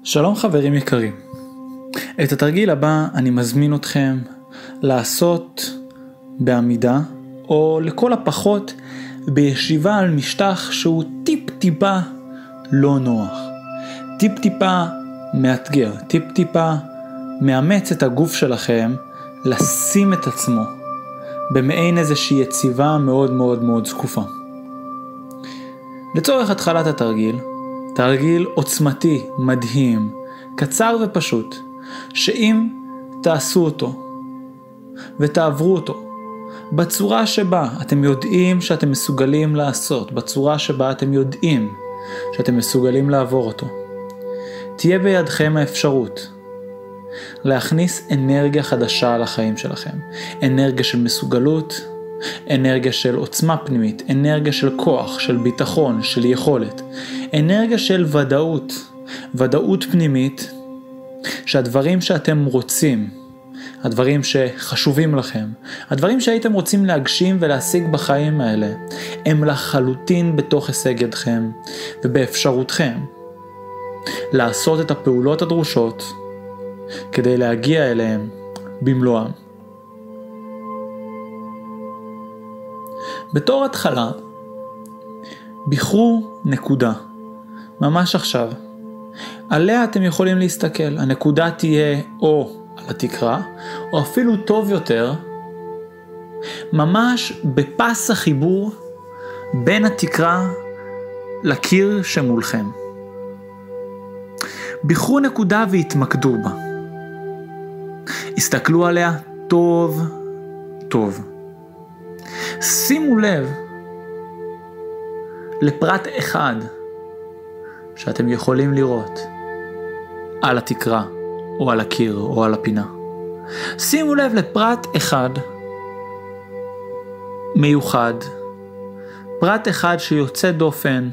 שלום חברים יקרים, את התרגיל הבא אני מזמין אתכם לעשות בעמידה או לכל הפחות בישיבה על משטח שהוא טיפה לא נוח, טיפה מאתגר, טיפה מאמץ את הגוף שלכם לשים את עצמו במעין איזושהי יציבה מאוד זקופה. לצורך התחלת התרגיל, תרגיל עוצמתי, מדהים, קצר ופשוט, שאם תעשו אותו ותעברו אותו בצורה שבה אתם יודעים שאתם מסוגלים לעשות, בצורה שבה אתם יודעים שאתם מסוגלים לעבור אותו, תהיה בידכם האפשרות להכניס אנרגיה חדשה לחיים שלכם, אנרגיה של מסוגלות, אנרגיה של עוצמה פנימית, אנרגיה של כוח, של ביטחון, של יכולת, אנרגיה של ודאות פנימית, שהדברים שאתם רוצים, הדברים שחשובים לכם, הדברים שהייתם רוצים להגשים ולהשיג בחיים האלה, הם לחלוטין בתוך הישג ידכם ובאפשרותכם לעשות את הפעולות הדרושות כדי להגיע אליהם במלואם. בתור התחלה, בחרו נקודה, ממש עכשיו. עליה אתם יכולים להסתכל. הנקודה תהיה או על התקרה, או אפילו טוב יותר, ממש בפס החיבור בין התקרה לקיר שמולכם. בחרו נקודה והתמקדו בה. הסתכלו עליה טוב. שימו לב לפרט אחד שאתם יכולים לראות על התקרה או על הקיר או על הפינה. שימו לב לפרט אחד מיוחד, פרט אחד שיוצא דופן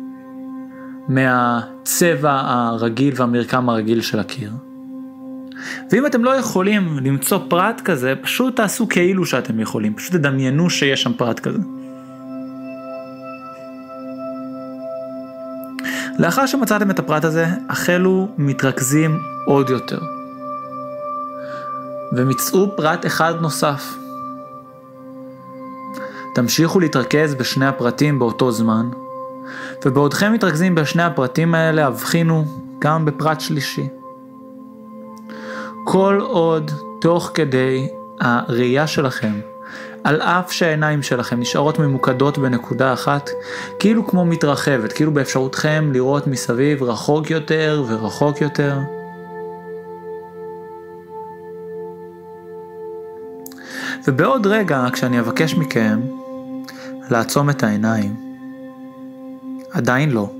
מהצבע הרגיל והמרקם הרגיל של הקיר. ואם אתם לא יכולים למצוא פרט כזה, פשוט תעשו כאילו שאתם יכולים, פשוט תדמיינו שיש שם פרט כזה. לאחר שמצאתם את הפרט הזה, החלו מתרכזים עוד יותר. ומצאו פרט אחד נוסף. תמשיכו להתרכז בשני הפרטים באותו זמן, ובעודכם מתרכזים בשני הפרטים האלה, הבחינו גם בפרט שלישי. כל עוד תוך כדי הראייה שלכם, על אף שהעיניים שלכם נשארות ממוקדות בנקודה אחת, כאילו כמו מתרחבת, כאילו באפשרותכם לראות מסביב רחוק יותר ורחוק יותר. ובעוד רגע, כשאני אבקש מכם לעצום את העיניים, עדיין לא.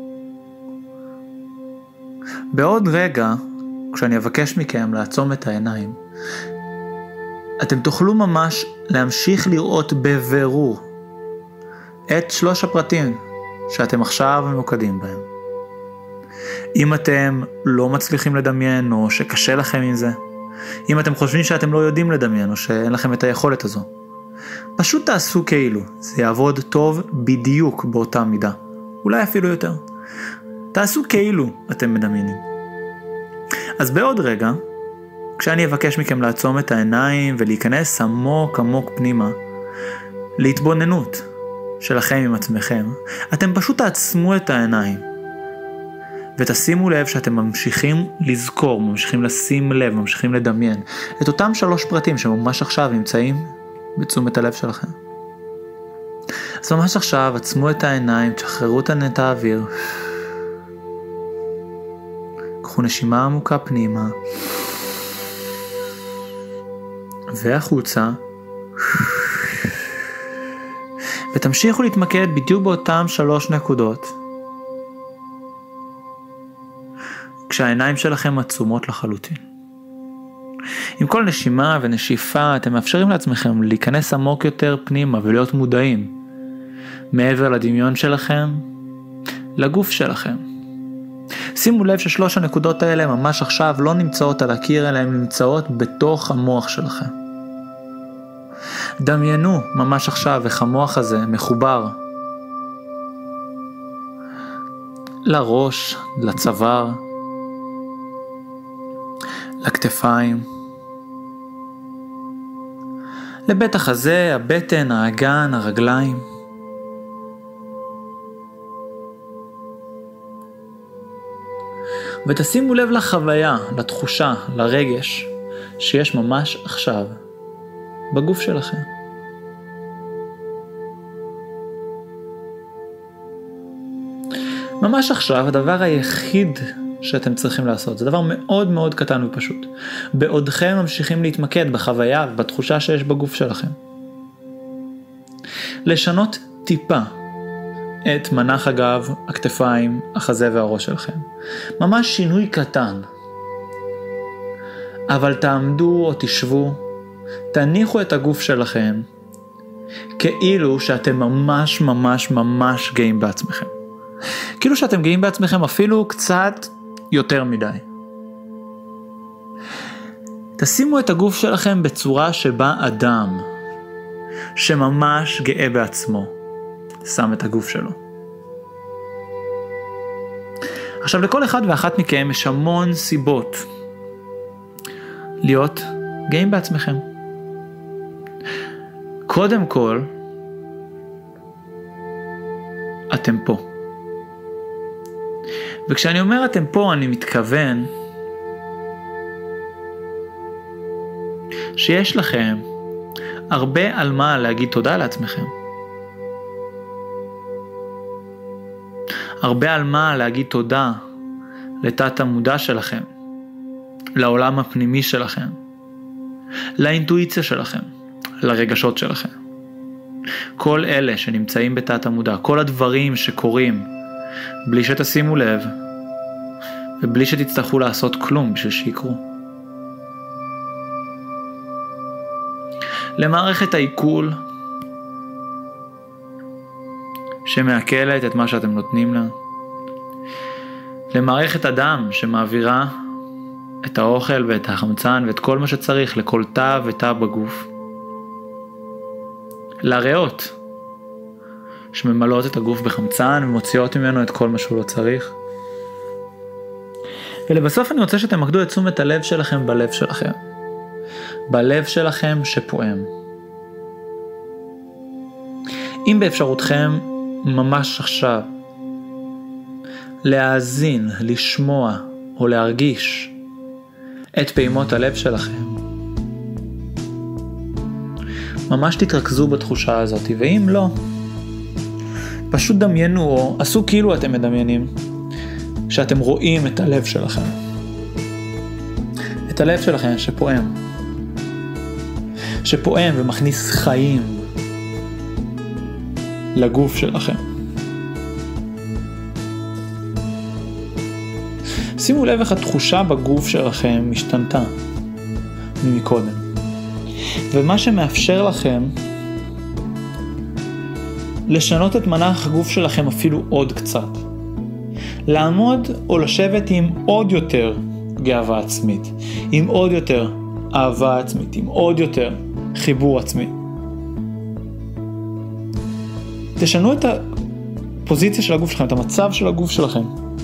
בעוד רגע, כשאני אבקש מכם לעצום את העיניים, אתם תוכלו ממש להמשיך לראות בבירור את 3 הפרטים שאתם עכשיו ממוקדים בהם. אם אתם לא מצליחים לדמיין או שקשה לכם עם זה, אם אתם חושבים שאתם לא יודעים לדמיין או שאין לכם את היכולת הזו, פשוט תעשו כאילו, זה יעבוד טוב בדיוק באותה מידה, אולי אפילו יותר. תעשו כאילו אתם מדמיינים. אז בעוד רגע, כשאני אבקש מכם לעצום את העיניים ולהיכנס עמוק פנימה, להתבוננות שלכם עם עצמכם, אתם פשוט תעצמו את העיניים, ותשימו לב שאתם ממשיכים לזכור, ממשיכים לשים לב, ממשיכים לדמיין, את אותם 3 פרטים שממש עכשיו נמצאים בתשומת הלב שלכם. אז ממש עכשיו, עצמו את העיניים, תשחררו את האוויר, קחו נשימה עמוקה פנימה, והחוצה, ותמשיכו להתמקד בדיוק באותם 3 נקודות, כשהעיניים שלכם עצומות לחלוטין. עם כל נשימה ונשיפה, אתם מאפשרים לעצמכם להיכנס עמוק יותר פנימה ולהיות מודעים, מעבר לדמיון שלכם, לגוף שלכם. שימו לב ש3 הנקודות האלה ממש עכשיו לא נמצאות על הקיר, אלא הן נמצאות בתוך המוח שלכם. דמיינו ממש עכשיו איך המוח הזה מחובר לראש, לצוואר, לכתפיים, לבית החזה, הבטן, האגן, הרגליים. ותשימו לב לחוויה, לתחושה, לרגש שיש ממש עכשיו בגוף שלכם. ממש עכשיו הדבר היחיד שאתם צריכים לעשות, זה דבר מאוד מאוד קטן ופשוט. בעודכם ממשיכים להתמקד בחוויה ובתחושה שיש בגוף שלכם. לשנות טיפה את מנח הגב, הכתפיים, החזה והראש שלכם. ממש שינוי קטן. אבל תעמדו או תשבו, תניחו את הגוף שלכם, כאילו שאתם ממש ממש ממש גאים בעצמכם. כאילו שאתם גאים בעצמכם אפילו קצת יותר מדי. תשימו את הגוף שלכם בצורה שבה אדם שממש גאה בעצמו שם את הגוף שלו. עכשיו לכל אחד ואחת מכם יש המון סיבות להיות גאים בעצמכם. קודם כל, אתם פה. וכשאני אומר אתם פה, אני מתכוון שיש לכם הרבה על מה להגיד תודה לעצמכם. הרבה על מה להגיד תודה לתת המודע שלכם, לעולם הפנימי שלכם, לאינטואיציה שלכם, לרגשות שלכם. כל אלה שנמצאים בתת המודע, כל הדברים שקורים בלי שתשימו לב ובלי שתצטרכו לעשות כלום בשביל שיקרו. למערכת העיכול שמעכלת את מה שאתם נותנים לה, למערכת הדם שמעבירה את האוכל ואת החמצן ואת כל מה שצריך לכל תא ותא בגוף, לריאות שממלאות את הגוף בחמצן ומוציאות ממנו את כל מה שהוא לא צריך. ולבסוף אני רוצה שתמקדו את תשומת הלב שלכם בלב שלכם. בלב שלכם שפועם. אם באפשרותכם ממש עכשיו להאזין, לשמוע או להרגיש את פעימות הלב שלכם, ממש תתרכזו בתחושה הזאת, ואם לא, פשוט דמיינו או עשו כאילו אתם מדמיינים שאתם רואים את הלב שלכם. את הלב שלכם שפועם. שפועם ומכניס חיים לגוף שלכם. שימו לב איך התחושה בגוף שלכם משתנתה מקודם. ומה שמאפשר לכם לשנות את מנח הגוף שלכם אפילו עוד קצת. לעמוד או לשבת עם עוד יותר גאווה עצמית, עם עוד יותר אהבה עצמית, עם עוד יותר חיבור עצמי. תשנו את הפוזיציה של הגוף שלכם, את המצב של הגוף שלכם,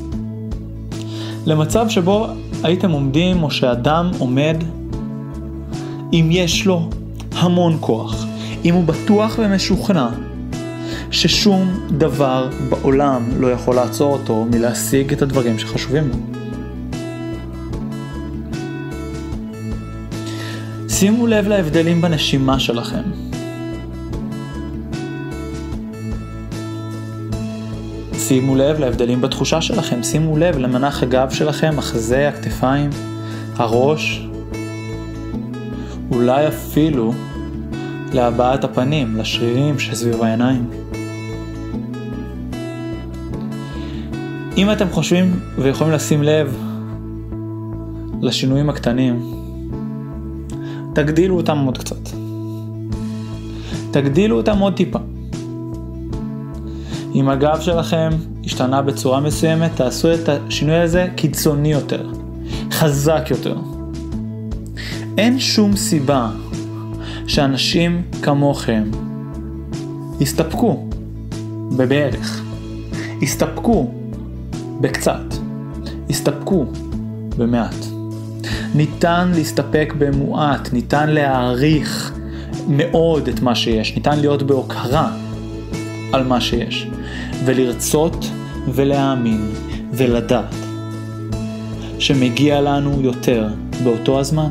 למצב שבו הייתם עומדים או שאדם עומד אם יש לו המון כוח, אם הוא בטוח ומשוכנע ששום דבר בעולם לא יכול לעצור אותו מלהשיג את הדברים שחשובים לו. שימו לב להבדלים בנשימה שלכם. שימו לב להבדלים בתחושה שלכם. שימו לב למנח הגב שלכם, החזה, הכתפיים, הראש. אולי אפילו להבעת הפנים, לשרירים שסביב העיניים. אם אתם חושבים ויכולים לשים לב לשינויים הקטנים, תגדילו אותם עוד קצת. תגדילו אותם עוד טיפה. אם הגב שלכם השתנה בצורה מסוימת, תעשו את השינוי הזה קיצוני יותר, חזק יותר. אין שום סיבה שאנשים כמוכם יסתפקו בבערך, יסתפקו בקצת, יסתפקו במעט. ניתן להסתפק במועט, ניתן להעריך מאוד את מה שיש, ניתן להיות בהוקרה על מה שיש, ולרצות ולהאמין ולדעת שמגיע לנו יותר באותו הזמן.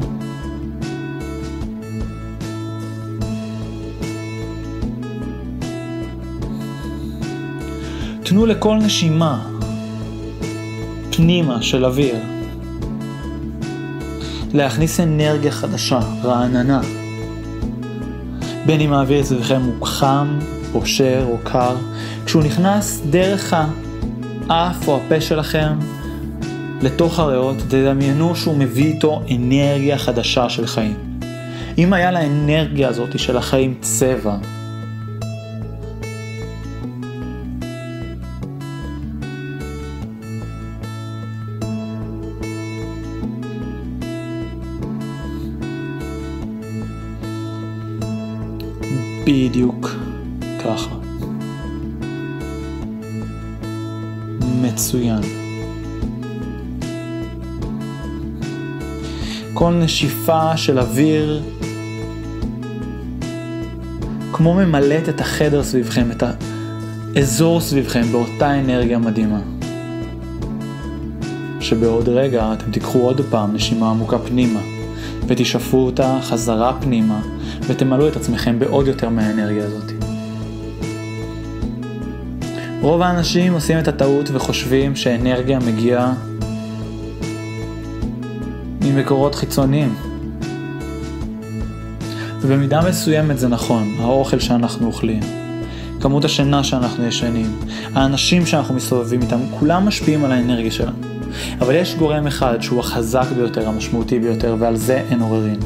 תנו לכל נשימה פנימה של אוויר להכניס אנרגיה חדשה, רעננה. בין אם האוויר סביבכם הוא חם או שר או קר, כשהוא נכנס דרך האף או הפה שלכם לתוך הריאות, תדמיינו שהוא מביא איתו אנרגיה חדשה של חיים. אם היה לאנרגיה הזאת של החיים צבע, בדיוק ככה. מצוין. כל נשיפה של אוויר כמו ממלאת את החדר סביבכם, את האזור סביבכם באותה אנרגיה מדהימה. שבעוד רגע אתם תיקחו עוד פעם נשימה עמוקה פנימה ותשאפו אותה חזרה פנימה ותמלאו את עצמכם בעוד יותר מהאנרגיה הזאת. רוב האנשים עושים את הטעות וחושבים שאנרגיה מגיעה ממקורות חיצוניים. ובמידה מסוימת זה נכון, האוכל שאנחנו אוכלים, כמות השינה שאנחנו ישנים, האנשים שאנחנו מסתובבים איתם, כולם משפיעים על האנרגיה שלנו. אבל יש גורם אחד שהוא החזק ביותר, המשמעותי ביותר, ועל זה אין עוררין.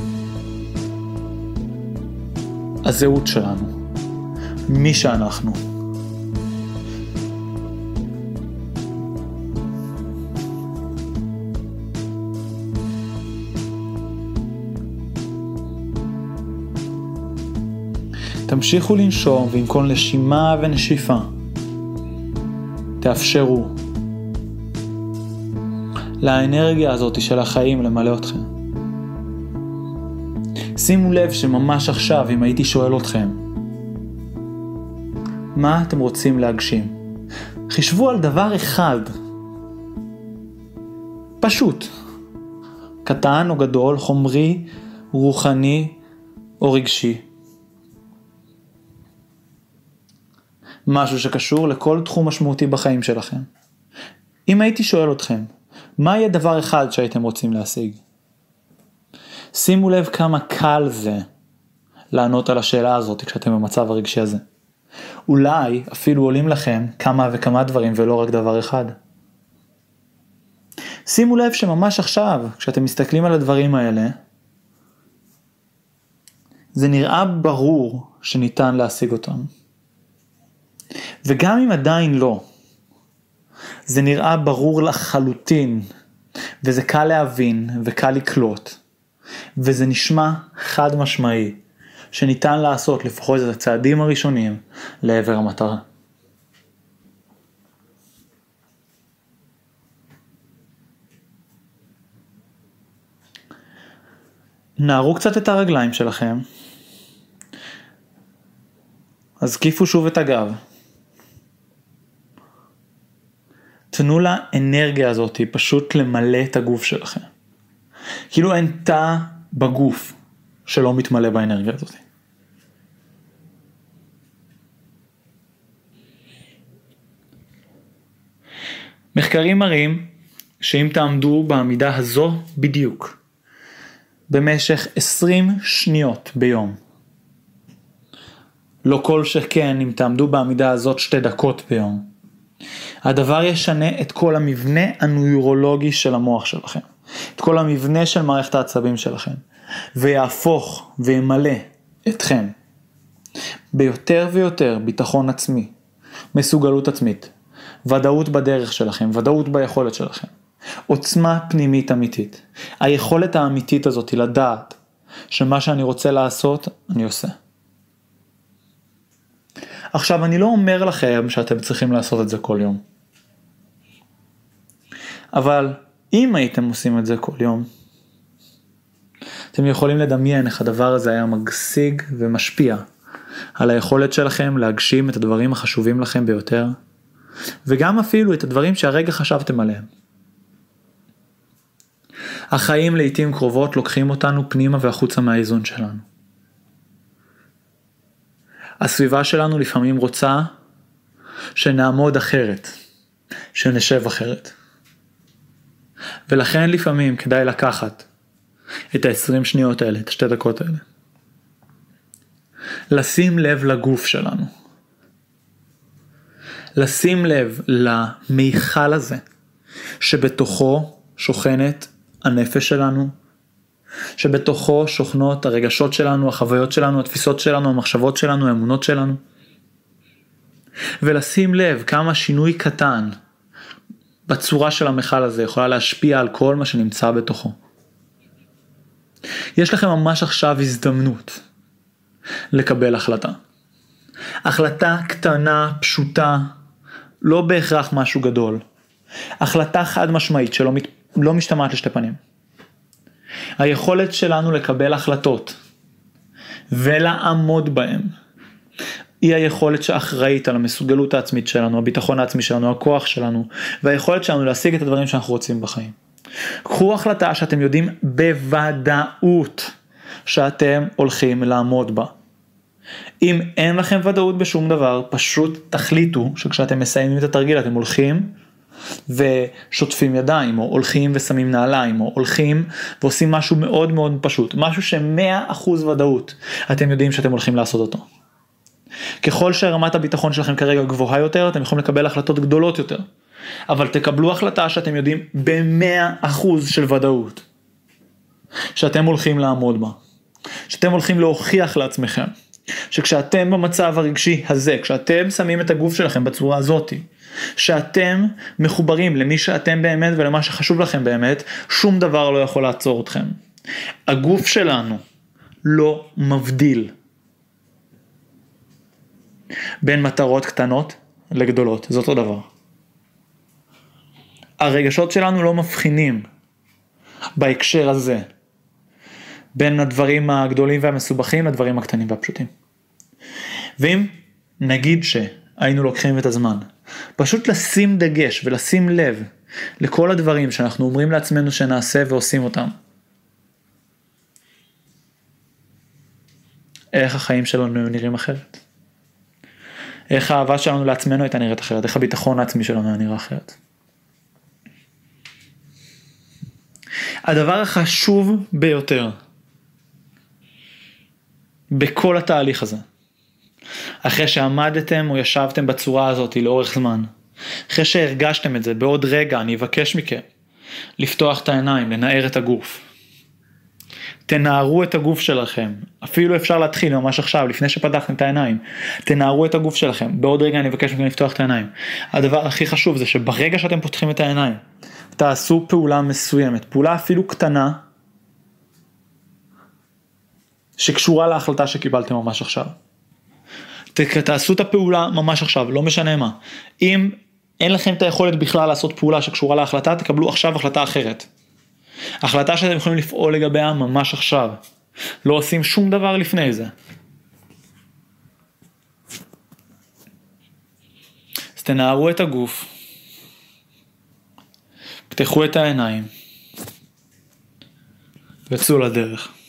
הזהות שלנו, מי שאנחנו. תמשיכו לנשום, ועם כל נשימה ונשיפה תאפשרו לאנרגיה הזאת של החיים למלא אתכם. שימו לב שממש עכשיו, אם הייתי שואל אתכם, מה אתם רוצים להגשים? חישבו על דבר אחד, פשוט, קטן או גדול, חומרי, רוחני או רגשי. משהו שקשור לכל תחום משמעותי בחיים שלכם. אם הייתי שואל אתכם, מה יהיה דבר אחד שהייתם רוצים להשיג? שימו לב כמה קל זה לענות על השאלה הזאת כשאתם במצב הרגשי הזה. אולי אפילו עולים לכם כמה וכמה דברים ולא רק דבר אחד. שימו לב שממש עכשיו, כשאתם מסתכלים על הדברים האלה, זה נראה ברור שניתן להשיג אותם. וגם אם עדיין לא, זה נראה ברור לחלוטין, וזה קל להבין וקל לקלוט, וזה נשמע חד משמעי, שניתן לעשות לפחות את הצעדים הראשונים לעבר המטרה. נערו קצת את הרגליים שלכם, אז כיפו שוב את הגב. תנו לאנרגיה הזאת פשוט למלא את הגוף שלכם. כאילו אין תא בגוף שלא מתמלא באנרגיה הזאת. מחקרים מראים שאם תעמדו בעמידה הזו בדיוק, במשך 20 שניות ביום, לא כל שכן אם תעמדו בעמידה הזאת 2 דקות ביום, הדבר ישנה את כל המבנה הנוירולוגי של המוח שלכם, את כל המבנה של מערכת העצבים שלכם, ויהפוך וימלא אתכם ביותר ויותר ביטחון עצמי, מסוגלות עצמית, ודאות בדרך שלכם, ודאות ביכולת שלכם, עוצמה פנימית אמיתית. היכולת האמיתית הזאת היא לדעת שמה שאני רוצה לעשות, אני עושה. עכשיו, אני לא אומר לכם שאתם צריכים לעשות את זה כל יום. אבל אם הייתם עושים את זה כל יום, אתם יכולים לדמיין איך הדבר הזה היה מגשיג ומשפיע על היכולת שלכם להגשים את הדברים החשובים לכם ביותר, וגם אפילו את הדברים שהרגע חשבתם עליהם. החיים לעתים קרובות לוקחים אותנו פנימה והחוצה מהאיזון שלנו. הסביבה שלנו לפעמים רוצה שנעמוד אחרת, שנשב אחרת. ולכן לפעמים כדאי לקחת את ה-20 שניות האלה, את 2 דקות האלה. לשים לב לגוף שלנו. לשים לב למיכל הזה, שבתוכו שוכנת הנפש שלנו, שבתוכו שוכנות הרגשות שלנו, החוויות שלנו, התפיסות שלנו, המחשבות שלנו, האמונות שלנו. ולשים לב כמה שינוי קטן בצורה של המכל הזה יכולה להשפיע על כל מה שנמצא בתוכו. יש לכם ממש עכשיו הזדמנות לקבל החלטה. החלטה קטנה, פשוטה, לא בהכרח משהו גדול. החלטה חד משמעית שלא משתמעת לשתי פנים. היכולת שלנו לקבל החלטות ולעמוד בהן היא היכולת שאחראית על המסוגלות העצמית שלנו, הביטחון העצמי שלנו, הכוח שלנו, והיכולת שלנו להשיג את הדברים שאנחנו רוצים בחיים. קחו החלטה שאתם יודעים בוודאות שאתם הולכים לעמוד בה. אם אין לכם ודאות בשום דבר, פשוט תחליטו שכשאתם מסיימים את התרגיל אתם הולכים ושוטפים ידיים, או הולכים ושמים נעליים, או הולכים ועושים משהו מאוד מאוד פשוט, משהו ש100% ודאות אתם יודעים שאתם הולכים לעשות אותו. ככל שרמת הביטחון שלכם כרגע גבוהה יותר, אתם יכולים לקבל החלטות גדולות יותר, אבל תקבלו החלטה שאתם יודעים ב100% של ודאות שאתם הולכים לעמוד בה, שאתם הולכים להוכיח לעצמכם שכשאתם במצב הרגשי הזה, כשאתם שמים את הגוף שלכם בצורה הזאת, שאתם מחוברים למי שאתם באמת ולמה שחשוב לכם באמת, שום דבר לא יכול לעצור אתכם. הגוף שלנו לא מבדיל בין מטרות קטנות לגדולות, זה אותו דבר. הרגשות שלנו לא מבחינים בהקשר הזה בין הדברים הגדולים והמסובכים לדברים הקטנים והפשוטים. ואם נגיד שהיינו לוקחים את הזמן, פשוט לשים דגש ולשים לב לכל הדברים שאנחנו אומרים לעצמנו שנעשה ועושים אותם, איך החיים שלנו נראים אחרת? איך האהבה שלנו לעצמנו הייתה נראית אחרת? איך הביטחון העצמי שלנו היה נראה אחרת? הדבר החשוב ביותר בכל התהליך הזה, אחרי שעמדתם או ישבתם בצורה הזאת לאורך זמן, אחרי שהרגשתם את זה, בעוד רגע אני אבקש מכם לפתוח את העיניים, לנער את הגוף. תנערו את הגוף שלכם, אפילו אפשר להתחיל ממש עכשיו, לפני שפתחתם את העיניים, תנערו את הגוף שלכם, בעוד רגע אני אבקש מכם לפתוח את העיניים. הדבר הכי חשוב זה שברגע שאתם פותחים את העיניים, תעשו פעולה מסוימת, פעולה אפילו קטנה, שקשורה להחלטה שקיבלתם ממש עכשיו. תעשו את הפעולה ממש עכשיו, לא משנה מה. אם אין לכם את היכולת בכלל לעשות פעולה שקשורה להחלטה, תקבלו עכשיו החלטה אחרת. החלטה שאתם יכולים לפעול לגביה ממש עכשיו. לא עושים שום דבר לפני זה. אז תנערו את הגוף. פתחו את העיניים. וצאו לדרך.